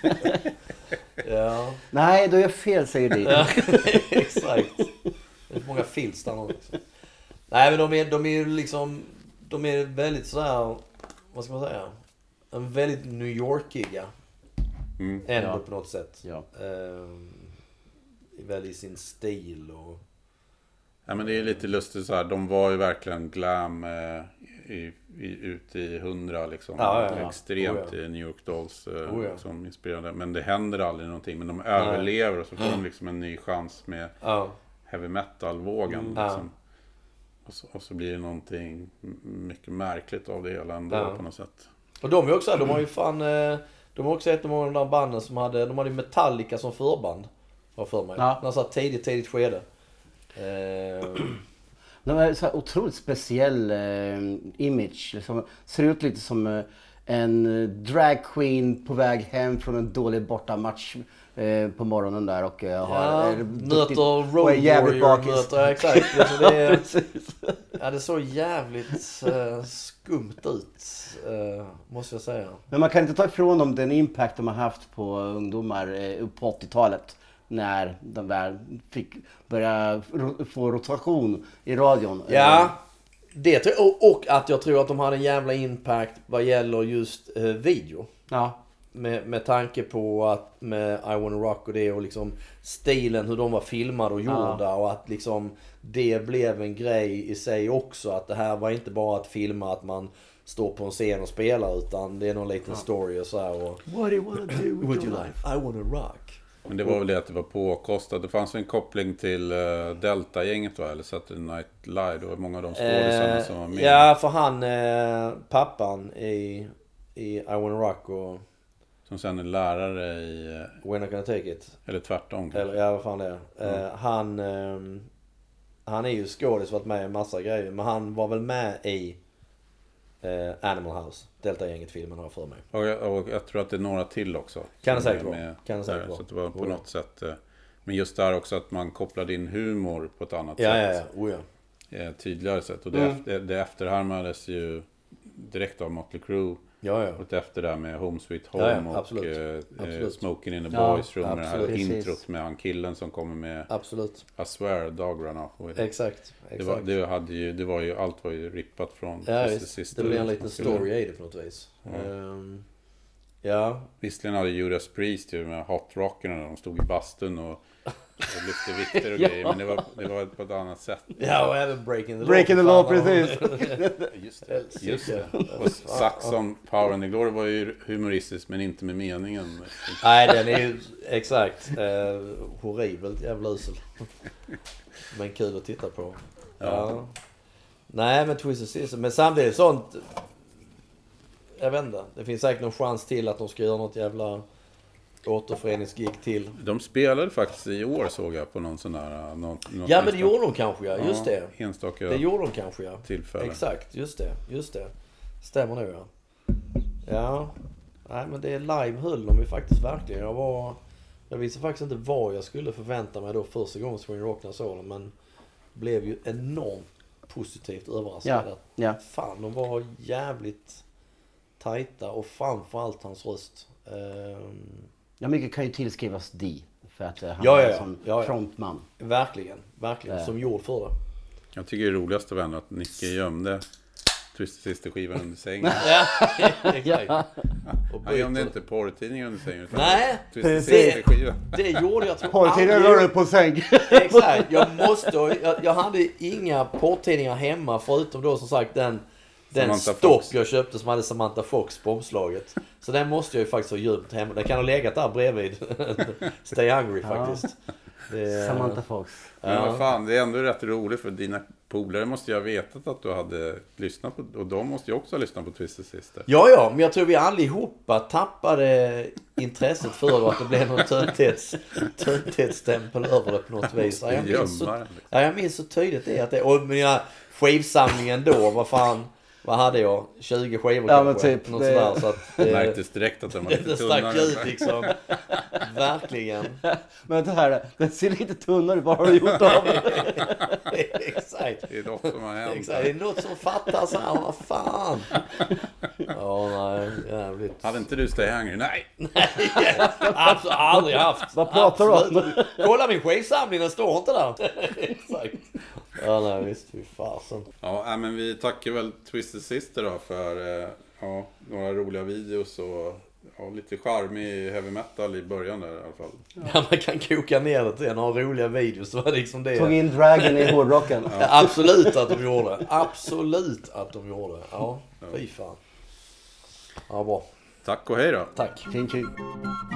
Ja. Nej, då är jag fel, säger du. Ja, exakt. Det är många filts där nu liksom. Nej, men de är ju liksom... De är väldigt sådär... Vad ska man säga? En väldigt New Yorkiga. Ändå på något sätt. Ja. Väldigt i sin stil och... Ja, men det är lite lustigt så här. De var ju verkligen glam ute i 100 liksom. Ja. Extremt i New York Dolls Ja. som inspirerade. Men det händer aldrig någonting. Men de överlever och så får de liksom en ny chans med heavy metal-vågen. Liksom. Och så blir det någonting mycket märkligt av det hela ändå på något sätt. Och de är också, de har ju fan... De har också ett av de där banden som hade... De hade ju Metallica som förband. Var för mig. Ja. Någon tidigt skede. De har så här otroligt speciell image. Liksom, ser ut lite som en drag queen på väg hem från en dålig bortamatch på morgonen där och möter Road Warrior, exakt. Det såg jävligt skumt ut, måste jag säga. Men man kan inte ta ifrån dem den impact de har haft på ungdomar på 80-talet. När de väl fick börja få rotation i radion. Ja, det tror jag. Och att jag tror att de hade en jävla impact vad gäller just video. Ja. Med tanke på att med I Wanna Rock och det och liksom stilen, hur de var filmade och gjorda och att liksom det blev en grej i sig också. Att det här var inte bara att filma att man står på en scen och spelar, utan det är någon liten story och så här. Och, What do you wanna do with your life? I wanna rock. Men det var väl det att det var påkostat. Det fanns en koppling till Delta-gänget eller Saturday Night Live. Det var många av de skådespelarna som var med. Ja, för han, pappan i I Wanna Rock och... Som sen är lärare i... When I Gonna Take It. Eller tvärtom kanske. Eller, ja, vad fan det är. Han är ju skådis, varit med i en massa grejer. Men han var väl med i Animal House. Delta-gänget-filmen har jag för mig. Och jag tror att det är några till också. Kan det säkert vara. Så det var på något sätt... Men just där också att man kopplade in humor på ett annat sätt. Ja. Tydligare sätt. Och det efterhärmades ju direkt av Mötley Crüe. Ja. Och efter det där med Home Sweet Home och Smoking in the Boys Room. Det här introt med han killen som kommer med I swear, dog run off. Exakt. Det var ju, allt var ju rippat från det blev en liten story i det på något vis. Visserligen hade Judas Priest ju med Hot Rockerna när de stod i bastun och lyfte vikter och grejer, men det var på ett annat sätt. Ja, och även Breaking the Law, precis. Just det. Och Saxon Power and the Glory var ju humoristisk, men inte med meningen. Nej, den är ju exakt horribelt jävla usel. Men kul att titta på. Ja. Nej, men Twisted Sister. Men samtidigt sånt... Jag vet inte. Det finns säkert någon chans till att de ska göra något jävla återföreningsgig till. De spelade faktiskt i år, såg jag på någon sån där... Ja, men det gjorde de kanske, ja. Just det. Enstaka det gjorde de kanske, ja. Tillfälle. Exakt, just det. Stämmer nog, ja. Ja. Nej, men det är live höll de ju faktiskt verkligen. Jag visste faktiskt inte vad jag skulle förvänta mig då första gången Swing Rock när jag såg dem, men blev ju enormt positivt överraskad. Ja. Fan, de var jävligt tajta och framförallt hans röst. Ja, mycket kan ju tillskrivas Dee för att han är som frontman. Verkligen. Som gjord för det. Jag tycker det roligast av ändå att Nicke gömde Twisted Sister-skivan under sängen. Ja, exakt. Han gömde inte porrtidningen under sängen. Nej, det gjorde jag. Porrtidningen rör du på säng. Exakt, jag hade inga porrtidningar hemma förutom då som sagt den stock jag köpte som hade Samantha Fox på omslaget. Så den måste jag ju faktiskt ha gömt hemma. Den kan ha legat där bredvid Stay Hungry faktiskt. Samantha Fox. Men vad fan, det är ändå rätt roligt för dina polare måste ju ha vetat att du hade lyssnat på, och de måste ju också ha lyssnat på Twisted Sister. Ja, men jag tror vi allihopa tappade intresset för det och att det blev någon tönthetsstämpel över det på något vis. Jag minns så tydligt det att det, och mina skivsamlingen då, vad hade jag? 20 skivor ja, men typ, något sådär, så att det märktes direkt att den var lite tunnare. Det stack ut liksom. Verkligen. Men det här, den ser lite tunnare, vad har du gjort av det? Exakt. Det är något som har hänt. Exakt, det är något som fattas här, vad fan. Ja, nej, jävligt. Hade inte du Stay Hungry? Nej. Absolut, aldrig haft. Vad pratar du om? Kolla min skivsamling, den står inte där. Exakt. Ja, nej, visst, fy fasen. Ja, men vi tackar väl Twisted Sister då för några roliga videos och lite charmig heavy metal i början där i alla fall. Ja, man kan koka ner det till några roliga videos. Så var det liksom det. Tog in Dragon i hårdrocken. Ja, absolut att de gjorde. Absolut att de gjorde. Ja, fy fan. Ja, bra. Tack och hej då. Tack. Thank you.